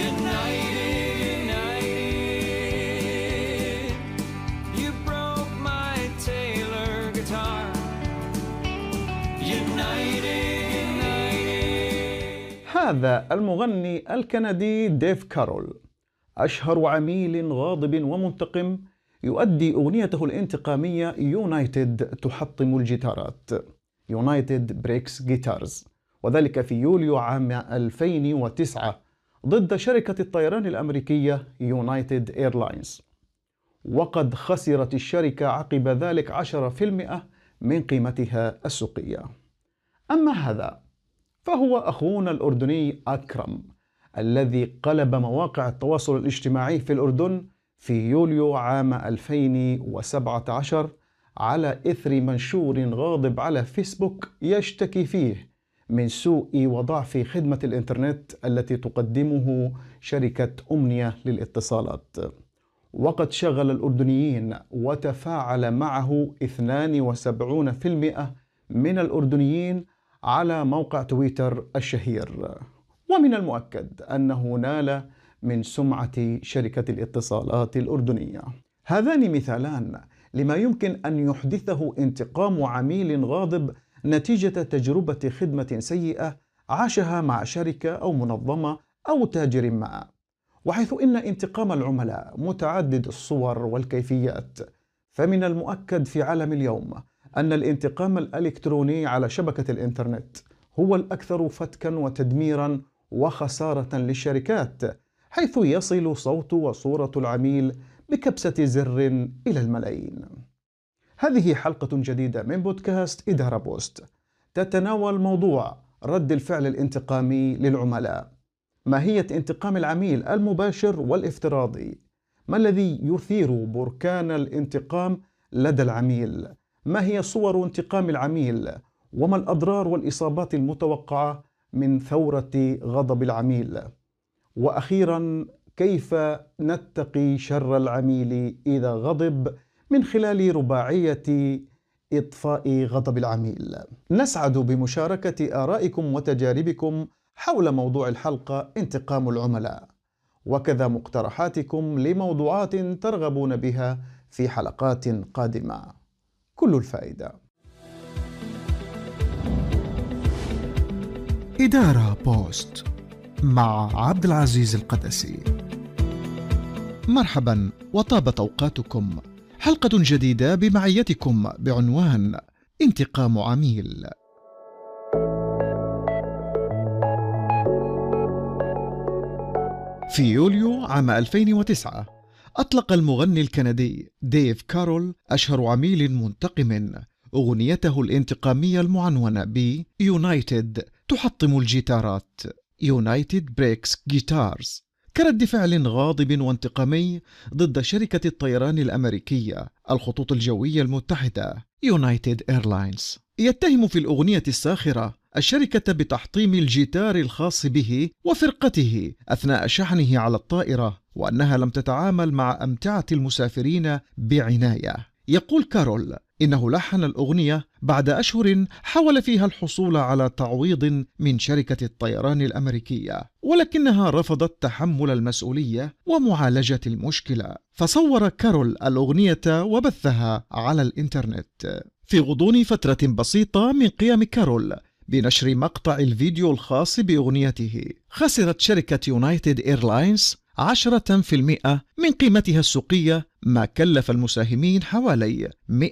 هذا المغني الكندي ديف كارول، أشهر عميل غاضب ومنتقم، يؤدي أغنيته الانتقامية يونايتد تحطم الجيتارات، يونايتد بريكس جيتارز، وذلك في يوليو عام 2009 ضد شركة الطيران الأمريكية يونايتد إيرلاينز. وقد خسرت الشركة عقب ذلك 10% من قيمتها السوقية. أما هذا فهو أخونا الأردني أكرم، الذي قلب مواقع التواصل الاجتماعي في الأردن في يوليو عام 2017 على إثر منشور غاضب على فيسبوك يشتكي فيه من سوء وضعف خدمة الإنترنت التي تقدمه شركة أمنية للاتصالات. وقد شغل الأردنيين وتفاعل معه 72% من الأردنيين على موقع تويتر الشهير، ومن المؤكد أنه نال من سمعة شركة الاتصالات الأردنية. هذان مثالان لما يمكن أن يحدثه انتقام عميل غاضب نتيجة تجربة خدمة سيئة عاشها مع شركة أو منظمة أو تاجر ما. وحيث إن انتقام العملاء متعدد الصور والكيفيات، فمن المؤكد في عالم اليوم أن الانتقام الإلكتروني على شبكة الإنترنت هو الأكثر فتكا وتدميرا وخسارة للشركات، حيث يصل صوت وصورة العميل بكبسة زر إلى الملايين. هذه حلقة جديدة من بودكاست إدارة بوست تتناول موضوع رد الفعل الانتقامي للعملاء، ماهية انتقام العميل المباشر والافتراضي، ما الذي يثير بركان الانتقام لدى العميل، ما هي صور انتقام العميل، وما الأضرار والإصابات المتوقعة من ثورة غضب العميل، وأخيرا كيف نتقي شر العميل إذا غضب من خلال رباعية إطفاء غضب العميل. نسعد بمشاركة آرائكم وتجاربكم حول موضوع الحلقة انتقام العملاء، وكذا مقترحاتكم لموضوعات ترغبون بها في حلقات قادمة. كل الفائدة. إدارة بوست مع عبد العزيز القدسي. مرحبا وطابت أوقاتكم. حلقة جديدة بمعيتكم بعنوان انتقام عميل. في يوليو عام 2009 أطلق المغني الكندي ديف كارول، أشهر عميل منتقم، أغنيته الانتقامية المعنونة ب يونايتد تحطم الجيتارات، يونايتد بريكس جيتارز، كرد فعل غاضب وانتقامي ضد شركة الطيران الأمريكية الخطوط الجوية المتحدة يونايتد إيرلاينز. يتهم في الأغنية الساخرة الشركة بتحطيم الجيتار الخاص به وفرقته أثناء شحنه على الطائرة، وأنها لم تتعامل مع أمتعة المسافرين بعناية. يقول كارول إنه لحن الأغنية بعد أشهر حاول فيها الحصول على تعويض من شركة الطيران الأمريكية، ولكنها رفضت تحمل المسؤولية ومعالجة المشكلة، فصور كارول الأغنية وبثها على الإنترنت. في غضون فترة بسيطة من قيام كارول بنشر مقطع الفيديو الخاص بأغنيته، خسرت شركة يونايتد إيرلاينز 10% من قيمتها السوقية، ما كلف المساهمين حوالي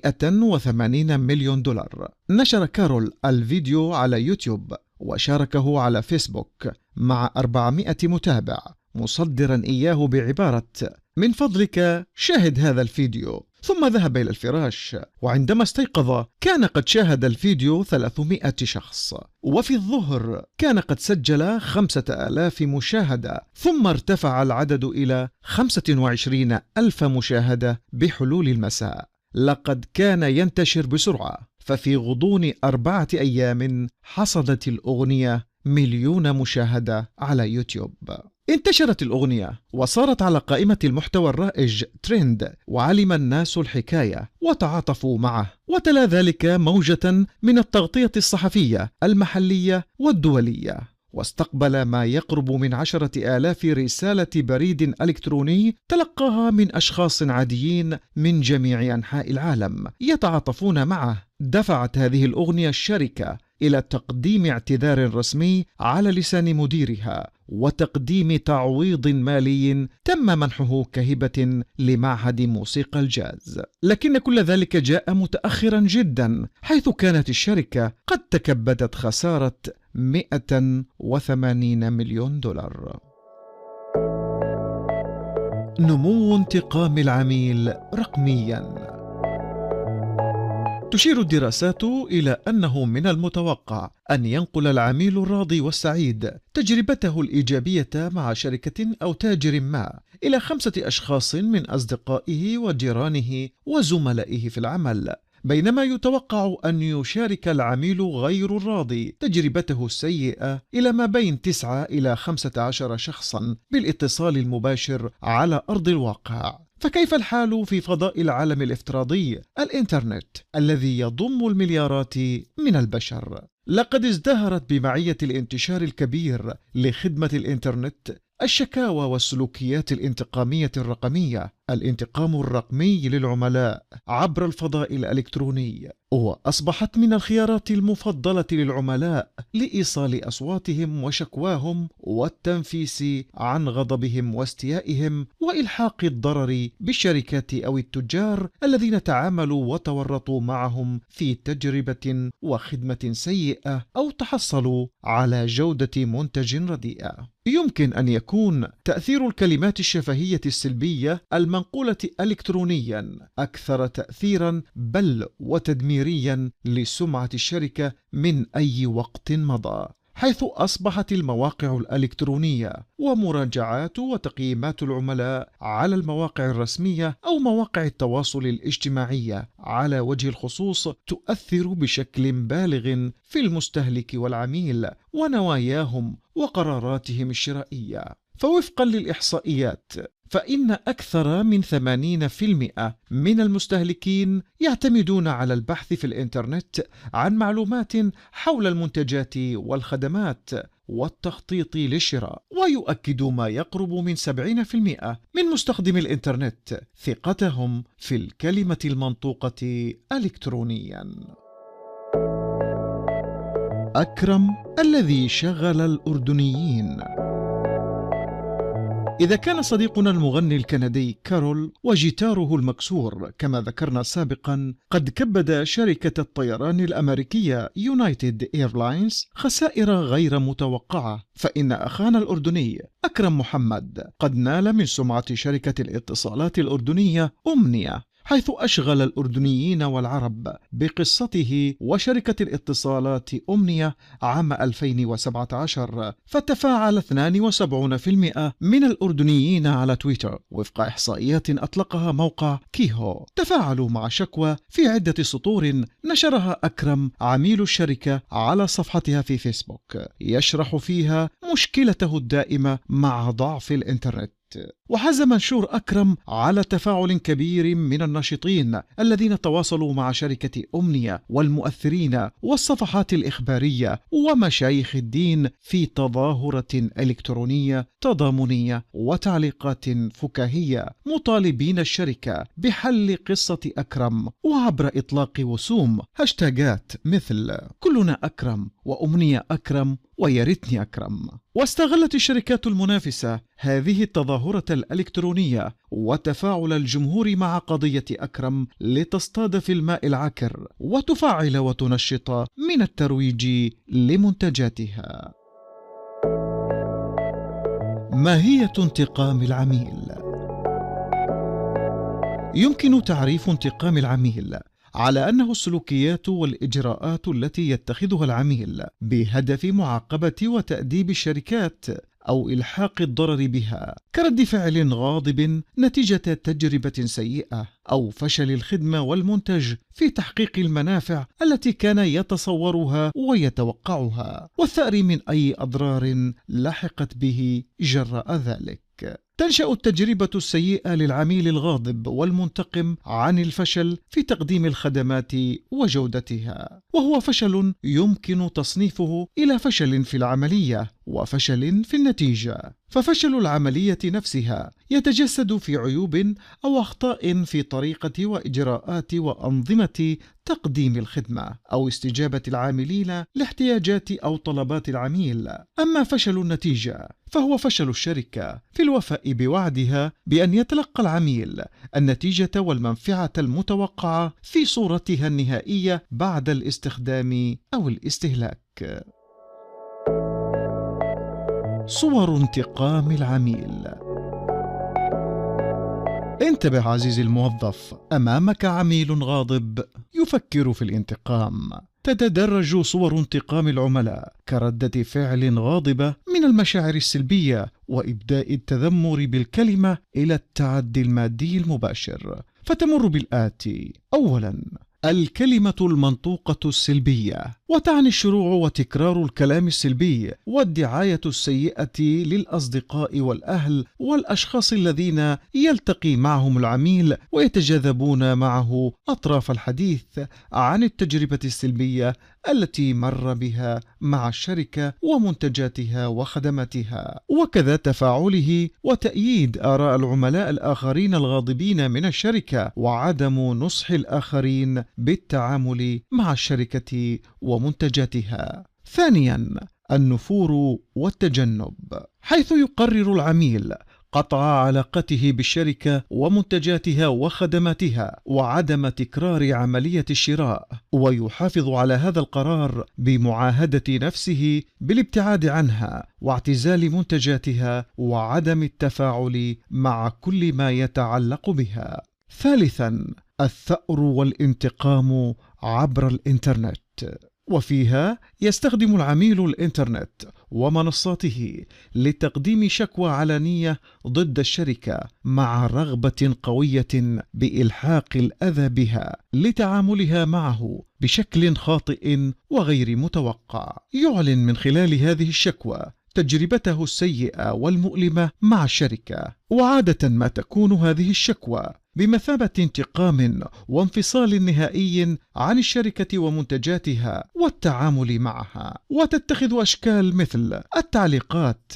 $180 مليون. نشر كارول الفيديو على يوتيوب وشاركه على فيسبوك مع 400 متابع، مصدرا إياه بعبارة: من فضلك شاهد هذا الفيديو. ثم ذهب إلى الفراش، وعندما استيقظ كان قد شاهد الفيديو 300 شخص، وفي الظهر كان قد سجل 5000 مشاهدة، ثم ارتفع العدد إلى 25,000 مشاهدة بحلول المساء. لقد كان ينتشر بسرعة، ففي غضون 4 أيام حصدت الأغنية 1,000,000 مشاهدة على يوتيوب. انتشرت الأغنية وصارت على قائمة المحتوى الرائج ترند، وعلم الناس الحكاية وتعاطفوا معه، وتلا ذلك موجة من التغطية الصحفية المحلية والدولية، واستقبل ما يقرب من 10,000 رسالة بريد إلكتروني تلقاها من أشخاص عاديين من جميع أنحاء العالم يتعاطفون معه. دفعت هذه الأغنية الشركة إلى تقديم اعتذار رسمي على لسان مديرها وتقديم تعويض مالي تم منحه كهبة لمعهد موسيقى الجاز. لكن كل ذلك جاء متأخرا جدا، حيث كانت الشركة قد تكبدت خسارة 180 مليون دولار. نمو انتقام العميل رقميا. تشير الدراسات إلى أنه من المتوقع أن ينقل العميل الراضي والسعيد تجربته الإيجابية مع شركة أو تاجر ما إلى 5 أشخاص من أصدقائه وجيرانه وزملائه في العمل، بينما يتوقع أن يشارك العميل غير الراضي تجربته السيئة إلى ما بين 9 إلى 15 شخصا بالاتصال المباشر على أرض الواقع. فكيف الحال في فضاء العالم الافتراضي الإنترنت الذي يضم المليارات من البشر؟ لقد ازدهرت بمعية الانتشار الكبير لخدمة الإنترنت الشكاوى والسلوكيات الانتقامية الرقمية. الانتقام الرقمي للعملاء عبر الفضاء الإلكتروني وأصبحت من الخيارات المفضلة للعملاء لإيصال أصواتهم وشكواهم والتنفيس عن غضبهم واستيائهم وإلحاق الضرر بالشركات أو التجار الذين تعاملوا وتورطوا معهم في تجربة وخدمة سيئة أو تحصلوا على جودة منتج رديئة. يمكن أن يكون تأثير الكلمات الشفهية السلبية المنقولة إلكترونيا أكثر تأثيرا بل وتدميريا لسمعة الشركة من أي وقت مضى، حيث أصبحت المواقع الإلكترونية ومراجعات وتقييمات العملاء على المواقع الرسمية أو مواقع التواصل الاجتماعي على وجه الخصوص تؤثر بشكل بالغ في المستهلك والعميل ونواياهم وقراراتهم الشرائية. فوفقا للإحصائيات فإن أكثر من 80% من المستهلكين يعتمدون على البحث في الإنترنت عن معلومات حول المنتجات والخدمات والتخطيط للشراء. ويؤكد ما يقرب من 70% من مستخدمي الإنترنت ثقتهم في الكلمة المنطوقة إلكترونيا. أكرم الذي شغل الأردنيين. إذا كان صديقنا المغني الكندي كارول وجيتاره المكسور كما ذكرنا سابقا قد كبد شركة الطيران الأمريكية يونايتد إيرلاينز خسائر غير متوقعة، فإن أخانا الأردني أكرم محمد قد نال من سمعة شركة الاتصالات الأردنية أمنية، حيث أشغل الأردنيين والعرب بقصته وشركة الاتصالات أمنية عام 2017. فتفاعل 72% من الأردنيين على تويتر وفق إحصائيات أطلقها موقع كيهو، تفاعلوا مع شكوى في عدة سطور نشرها أكرم عميل الشركة على صفحتها في فيسبوك يشرح فيها مشكلته الدائمة مع ضعف الإنترنت. وحاز منشور أكرم على تفاعل كبير من الناشطين الذين تواصلوا مع شركة أمنية والمؤثرين والصفحات الإخبارية ومشايخ الدين في تظاهرة إلكترونية تضامنية وتعليقات فكاهية مطالبين الشركة بحل قصة أكرم، وعبر إطلاق وسوم هاشتاجات مثل كلنا أكرم وأمنية أكرم وياريتني أكرم. واستغلت الشركات المنافسة هذه التظاهرة الإلكترونية وتفاعل الجمهور مع قضية أكرم لتصطاد في الماء العكر وتفعل وتنشط من الترويج لمنتجاتها. ماهية انتقام العميل. يمكن تعريف انتقام العميل على أنه السلوكيات والإجراءات التي يتخذها العميل بهدف معاقبة وتأديب الشركات أو إلحاق الضرر بها، كرد فعل غاضب نتيجة تجربة سيئة أو فشل الخدمة والمنتج في تحقيق المنافع التي كان يتصورها ويتوقعها، والثأر من أي أضرار لحقت به جراء ذلك. تنشأ التجربة السيئة للعميل الغاضب والمنتقم عن الفشل في تقديم الخدمات وجودتها، وهو فشل يمكن تصنيفه إلى فشل في العملية وفشل في النتيجة. ففشل العملية نفسها يتجسد في عيوب أو أخطاء في طريقة وإجراءات وأنظمة تقديم الخدمة أو استجابة العاملين لاحتياجات أو طلبات العميل. أما فشل النتيجة فهو فشل الشركة في الوفاء بوعدها بأن يتلقى العميل النتيجة والمنفعة المتوقعة في صورتها النهائية بعد الاستخدام أو الاستهلاك. صور انتقام العميل. انتبه عزيزي الموظف، أمامك عميل غاضب يفكر في الانتقام. تتدرج صور انتقام العملاء كردة فعل غاضبة من المشاعر السلبية وإبداء التذمر بالكلمة إلى التعدي المادي المباشر، فتمر بالآتي: أولاً، الكلمة المنطوقة السلبية، وتعني الشروع وتكرار الكلام السلبي والدعاية السيئة للأصدقاء والأهل والأشخاص الذين يلتقي معهم العميل ويتجاذبون معه أطراف الحديث عن التجربة السلبية التي مر بها مع الشركة ومنتجاتها وخدماتها، وكذا تفاعله وتأييد آراء العملاء الآخرين الغاضبين من الشركة وعدم نصح الآخرين بالتعامل مع الشركة ومنتجاتها. ثانياً، النفور والتجنب، حيث يقرر العميل قطع علاقته بالشركة ومنتجاتها وخدماتها وعدم تكرار عملية الشراء، ويحافظ على هذا القرار بمعاهدة نفسه بالابتعاد عنها واعتزال منتجاتها وعدم التفاعل مع كل ما يتعلق بها. ثالثاً، الثأر والانتقام عبر الإنترنت، وفيها يستخدم العميل الإنترنت ومنصاته لتقديم شكوى علنية ضد الشركة مع رغبة قوية بإلحاق الأذى بها لتعاملها معه بشكل خاطئ وغير متوقع. يعلن من خلال هذه الشكوى تجربته السيئة والمؤلمة مع الشركة، وعادة ما تكون هذه الشكوى بمثابة انتقام وانفصال نهائي عن الشركة ومنتجاتها والتعامل معها، وتتخذ أشكال مثل التعليقات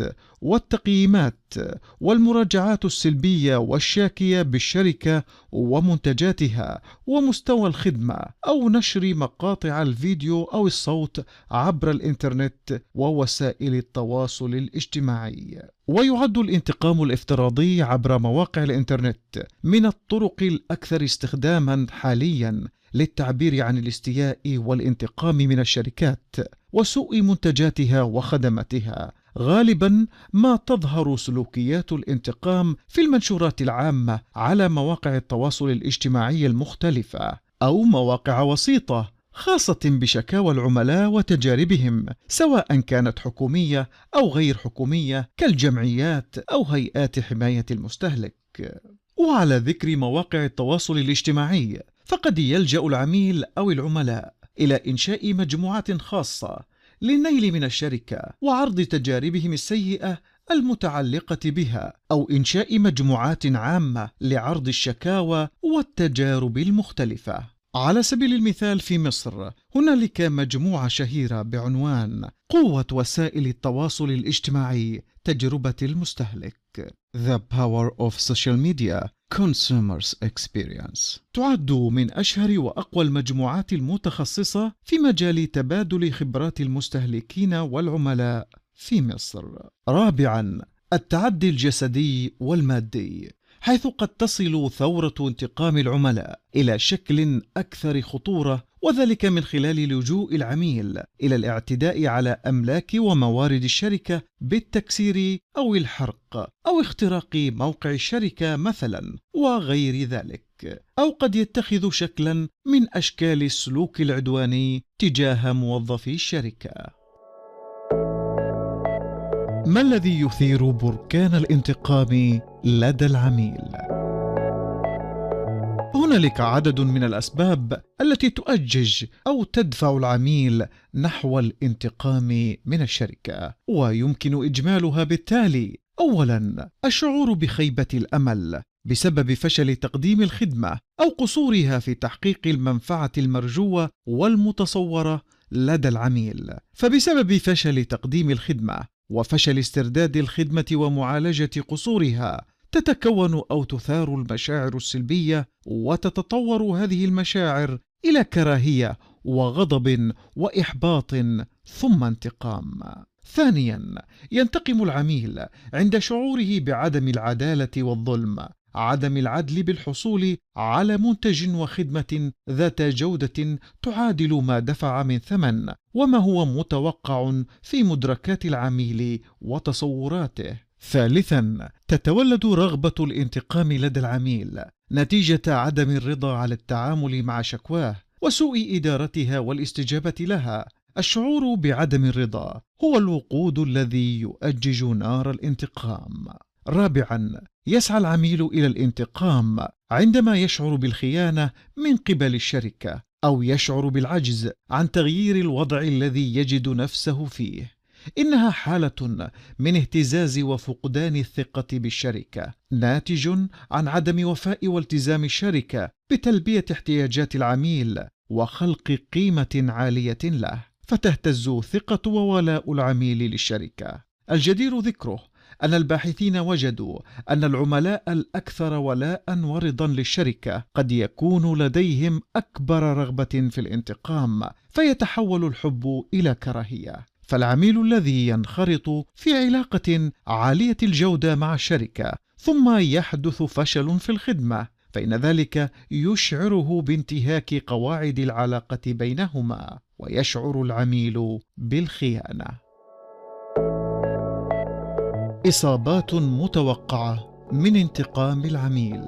والتقييمات والمراجعات السلبية والشاكية بالشركة ومنتجاتها ومستوى الخدمة، أو نشر مقاطع الفيديو أو الصوت عبر الإنترنت ووسائل التواصل الاجتماعي. ويعد الانتقام الافتراضي عبر مواقع الإنترنت من الطرق الأكثر استخداما حاليا للتعبير عن الاستياء والانتقام من الشركات وسوء منتجاتها وخدماتها. غالبا ما تظهر سلوكيات الانتقام في المنشورات العامة على مواقع التواصل الاجتماعي المختلفة أو مواقع وسيطة خاصة بشكاوى العملاء وتجاربهم، سواء كانت حكومية أو غير حكومية كالجمعيات أو هيئات حماية المستهلك. وعلى ذكر مواقع التواصل الاجتماعي، فقد يلجأ العميل أو العملاء إلى إنشاء مجموعات خاصة للنيل من الشركة وعرض تجاربهم السيئة المتعلقة بها، أو إنشاء مجموعات عامة لعرض الشكاوى والتجارب المختلفة. على سبيل المثال في مصر هنالك مجموعة شهيرة بعنوان قوة وسائل التواصل الاجتماعي تجربة المستهلك The Power of Social Media Consumers Experience. تعد من أشهر وأقوى المجموعات المتخصصة في مجال تبادل خبرات المستهلكين والعملاء في مصر. رابعاً، التعدي الجسدي والمادي، حيث قد تصل ثورة انتقام العملاء إلى شكل أكثر خطورة، وذلك من خلال لجوء العميل إلى الاعتداء على أملاك وموارد الشركة بالتكسير أو الحرق أو اختراق موقع الشركة مثلا وغير ذلك، أو قد يتخذ شكلا من أشكال السلوك العدواني تجاه موظفي الشركة. ما الذي يثير بركان الانتقام لدى العميل؟ هنالك عدد من الأسباب التي تؤجج أو تدفع العميل نحو الانتقام من الشركة، ويمكن إجمالها بالتالي أولاً، الشعور بخيبة الأمل بسبب فشل تقديم الخدمة أو قصورها في تحقيق المنفعة المرجوة والمتصورة لدى العميل. فبسبب فشل تقديم الخدمة وفشل استرداد الخدمة ومعالجة قصورها تتكون أو تثار المشاعر السلبية، وتتطور هذه المشاعر إلى كراهية وغضب وإحباط ثم انتقام. ثانياً، ينتقم العميل عند شعوره بعدم العدالة والظلم، عدم العدل بالحصول على منتج وخدمة ذات جودة تعادل ما دفع من ثمن وما هو متوقع في مدركات العميل وتصوراته. ثالثاً، تتولد رغبة الانتقام لدى العميل نتيجة عدم الرضا على التعامل مع شكواه وسوء إدارتها والاستجابة لها. الشعور بعدم الرضا هو الوقود الذي يؤجج نار الانتقام. رابعاً، يسعى العميل إلى الانتقام عندما يشعر بالخيانة من قبل الشركة أو يشعر بالعجز عن تغيير الوضع الذي يجد نفسه فيه. إنها حالة من اهتزاز وفقدان الثقة بالشركة، ناتج عن عدم وفاء والتزام الشركة بتلبية احتياجات العميل وخلق قيمة عالية له، فتهتز ثقة وولاء العميل للشركة. الجدير ذكره أن الباحثين وجدوا أن العملاء الأكثر ولاء ورضا للشركة قد يكون لديهم أكبر رغبة في الانتقام، فيتحول الحب إلى كراهية. فالعميل الذي ينخرط في علاقة عالية الجودة مع الشركة ثم يحدث فشل في الخدمة، فإن ذلك يشعره بانتهاك قواعد العلاقة بينهما، ويشعر العميل بالخيانة. إصابات متوقعة من انتقام العميل.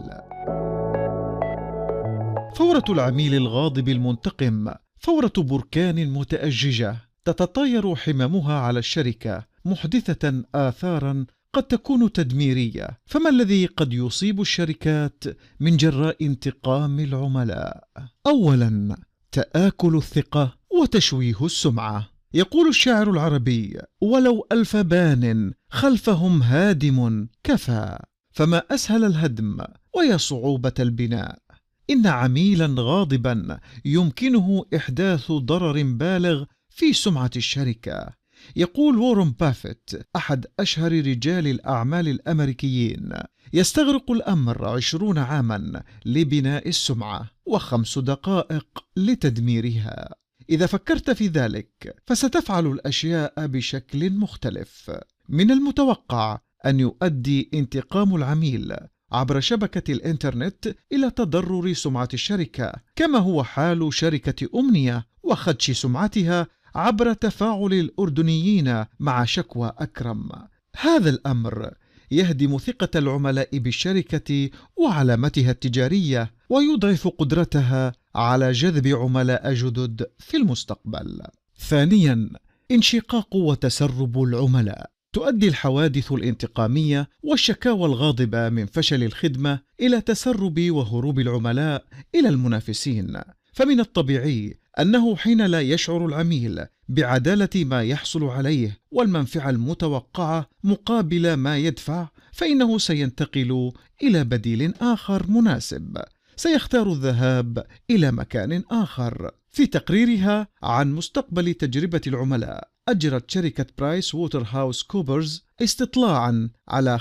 فورة العميل الغاضب المنتقم فورة بركان متأججة تتطاير حممها على الشركة، محدثة آثاراً قد تكون تدميرية. فما الذي قد يصيب الشركات من جراء انتقام العملاء؟ أولاً، تآكل الثقة وتشويه السمعة. يقول الشاعر العربي: ولو ألف بان خلفهم هادم كفى، فما أسهل الهدم ويا صعوبة البناء. إن عميلاً غاضباً يمكنه إحداث ضرر بالغ في سمعة الشركة. يقول وارون بافيت، أحد أشهر رجال الأعمال الأمريكيين: يستغرق الأمر 20 عاماً لبناء السمعة و5 دقائق لتدميرها. إذا فكرت في ذلك فستفعل الأشياء بشكل مختلف. من المتوقع أن يؤدي انتقام العميل عبر شبكة الإنترنت إلى تضرر سمعة الشركة، كما هو حال شركة أمنية وخدش سمعتها عبر تفاعل الأردنيين مع شكوى أكرم. هذا الأمر يهدم ثقة العملاء بالشركة وعلامتها التجارية، ويضعف قدرتها على جذب عملاء جدد في المستقبل. ثانياً، انشقاق وتسرب العملاء. تؤدي الحوادث الانتقامية والشكاوى الغاضبة من فشل الخدمة إلى تسرب وهروب العملاء إلى المنافسين. فمن الطبيعي أنه حين لا يشعر العميل بعدالة ما يحصل عليه والمنفعة المتوقعة مقابل ما يدفع، فإنه سينتقل إلى بديل آخر مناسب، سيختار الذهاب إلى مكان آخر. في تقريرها عن مستقبل تجربة العملاء، أجرت شركة برايس ووترهاوس كوبرز استطلاعاً على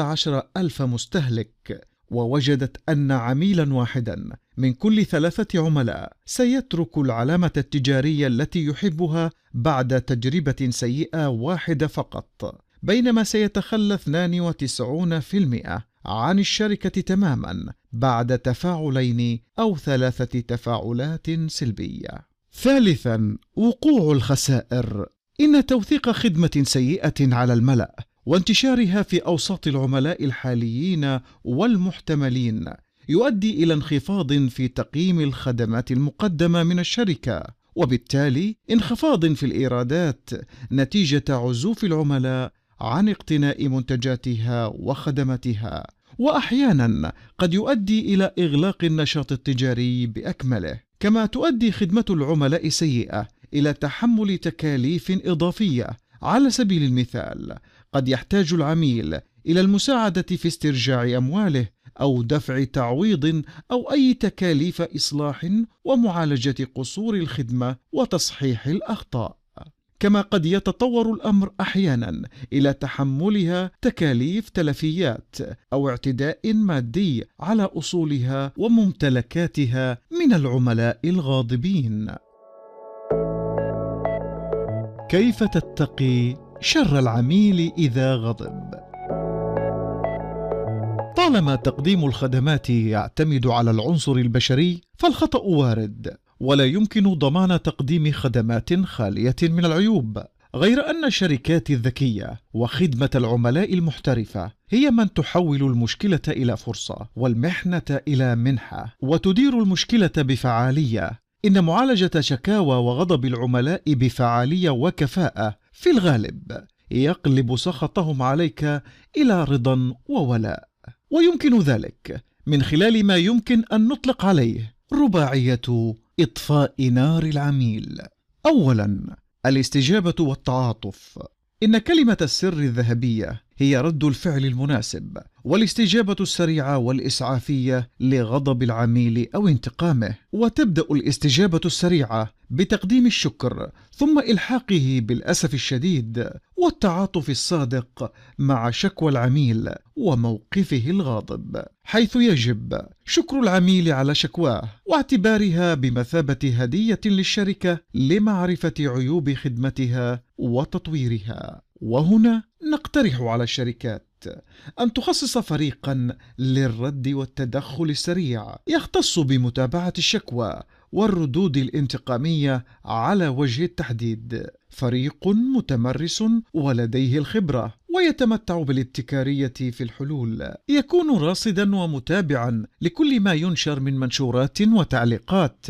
15,000 مستهلك، ووجدت أن عميلاً واحداً من كل 3 عملاء سيترك العلامة التجارية التي يحبها بعد تجربة سيئة واحدة فقط، بينما سيتخلى 92% عن الشركة تماماً بعد تفاعلين أو 3 تفاعلات سلبية. ثالثاً، وقوع الخسائر. إن توثيق خدمة سيئة على الملأ وانتشارها في أوساط العملاء الحاليين والمحتملين يؤدي إلى انخفاض في تقييم الخدمات المقدمة من الشركة، وبالتالي انخفاض في الإيرادات نتيجة عزوف العملاء عن اقتناء منتجاتها وخدماتها. وأحيانا قد يؤدي إلى إغلاق النشاط التجاري بأكمله. كما تؤدي خدمة العملاء سيئة إلى تحمل تكاليف إضافية. على سبيل المثال، قد يحتاج العميل إلى المساعدة في استرجاع أمواله أو دفع تعويض أو أي تكاليف إصلاح ومعالجة قصور الخدمة وتصحيح الأخطاء. كما قد يتطور الأمر أحيانا إلى تحملها تكاليف تلفيات أو اعتداء مادي على أصولها وممتلكاتها من العملاء الغاضبين. كيف تتقي شر العميل إذا غضب؟ طالما تقديم الخدمات يعتمد على العنصر البشري فالخطأ وارد، ولا يمكن ضمان تقديم خدمات خالية من العيوب، غير أن الشركات الذكية وخدمة العملاء المحترفة هي من تحول المشكلة إلى فرصة والمحنة إلى منحة، وتدير المشكلة بفعالية. إن معالجة شكاوى وغضب العملاء بفعالية وكفاءة في الغالب يقلب سخطهم عليك إلى رضا وولاء، ويمكن ذلك من خلال ما يمكن أن نطلق عليه رباعية إطفاء نار العميل. أولاً، الاستجابة والتعاطف. إن كلمة السر الذهبية هي رد الفعل المناسب، والاستجابة السريعة والإسعافية لغضب العميل أو انتقامه. وتبدأ الاستجابة السريعة بتقديم الشكر، ثم إلحاقه بالأسف الشديد والتعاطف الصادق مع شكوى العميل وموقفه الغاضب، حيث يجب شكر العميل على شكواه واعتبارها بمثابة هدية للشركة لمعرفة عيوب خدمتها وتطويرها. وهنا نقترح على الشركات أن تخصص فريقا للرد والتدخل السريع يختص بمتابعة الشكوى والردود الانتقامية على وجه التحديد، فريق متمرس ولديه الخبرة ويتمتع بالابتكارية في الحلول، يكون راصدا ومتابعا لكل ما ينشر من منشورات وتعليقات،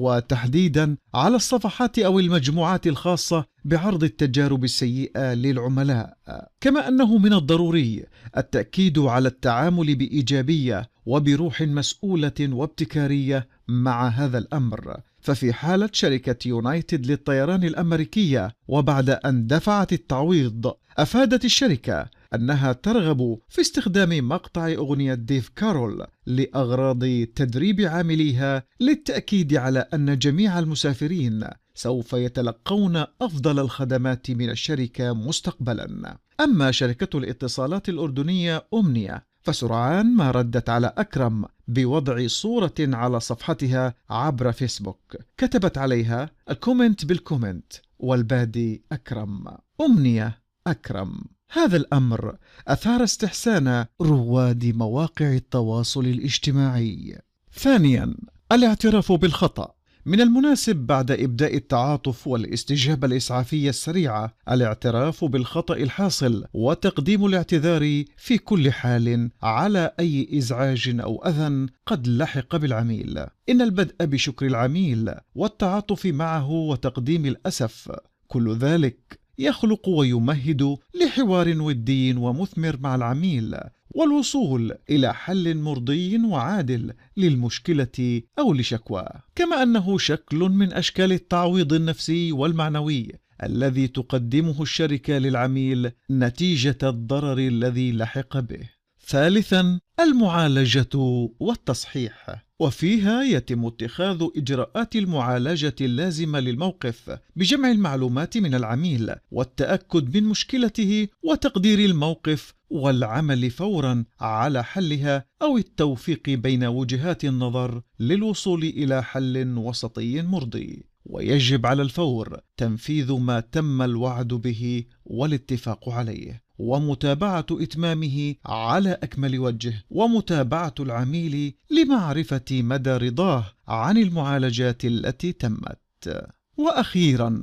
وتحديدا على الصفحات أو المجموعات الخاصة بعرض التجارب السيئة للعملاء. كما أنه من الضروري التأكيد على التعامل بإيجابية وبروح مسؤولة وابتكارية مع هذا الأمر. ففي حالة شركة يونايتد للطيران الأمريكية وبعد أن دفعت التعويض، أفادت الشركة أنها ترغب في استخدام مقطع أغنية ديف كارول لأغراض تدريب عامليها للتأكيد على أن جميع المسافرين سوف يتلقون أفضل الخدمات من الشركة مستقبلا. أما شركة الاتصالات الأردنية أومنيا فسرعان ما ردت على أكرم بوضع صورة على صفحتها عبر فيسبوك كتبت عليها الكومنت بالكومنت والبادي أكرم، أمنية أكرم. هذا الأمر أثار استحسان رواد مواقع التواصل الاجتماعي. ثانيا، الاعتراف بالخطأ. من المناسب بعد إبداء التعاطف والاستجابة الإسعافية السريعة الاعتراف بالخطأ الحاصل وتقديم الاعتذار في كل حال على أي إزعاج أو أذى قد لحق بالعميل. إن البدء بشكر العميل والتعاطف معه وتقديم الأسف، كل ذلك يخلق ويمهد لحوار ودي ومثمر مع العميل والوصول إلى حل مرضي وعادل للمشكلة أو لشكواه. كما أنه شكل من أشكال التعويض النفسي والمعنوي الذي تقدمه الشركة للعميل نتيجة الضرر الذي لحق به. ثالثا، المعالجة والتصحيح، وفيها يتم اتخاذ إجراءات المعالجة اللازمة للموقف بجمع المعلومات من العميل والتأكد من مشكلته وتقدير الموقف والعمل فورا على حلها أو التوفيق بين وجهات النظر للوصول إلى حل وسطي مرضي. ويجب على الفور تنفيذ ما تم الوعد به والاتفاق عليه، ومتابعة إتمامه على أكمل وجه، ومتابعة العميل لمعرفة مدى رضاه عن المعالجات التي تمت. وأخيرا،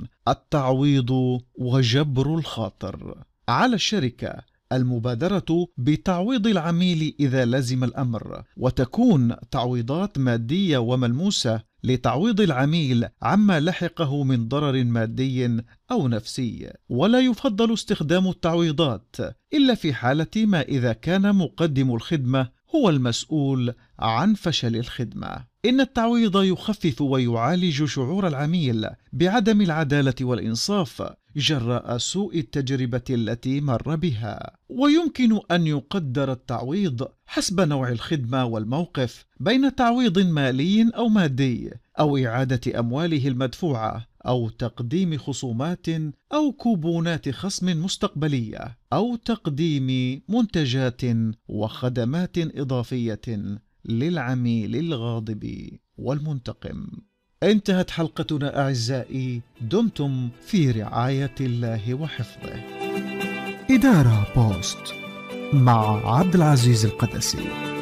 التعويض وجبر الخاطر. على الشركة المبادرة بتعويض العميل إذا لزم الأمر، وتكون تعويضات مادية وملموسة لتعويض العميل عما لحقه من ضرر مادي أو نفسي. ولا يفضل استخدام التعويضات إلا في حالة ما إذا كان مقدم الخدمة هو المسؤول عن فشل الخدمة. إن التعويض يخفف ويعالج شعور العميل بعدم العدالة والإنصاف جراء سوء التجربة التي مر بها. ويمكن أن يقدر التعويض حسب نوع الخدمة والموقف، بين تعويض مالي أو مادي، أو إعادة أمواله المدفوعة، أو تقديم خصومات أو كوبونات خصم مستقبلية، أو تقديم منتجات وخدمات إضافية للعميل الغاضب والمنتقم. انتهت حلقتنا أعزائي، دمتم في رعاية الله وحفظه. إدارة بوست مع عبد العزيز القدسي.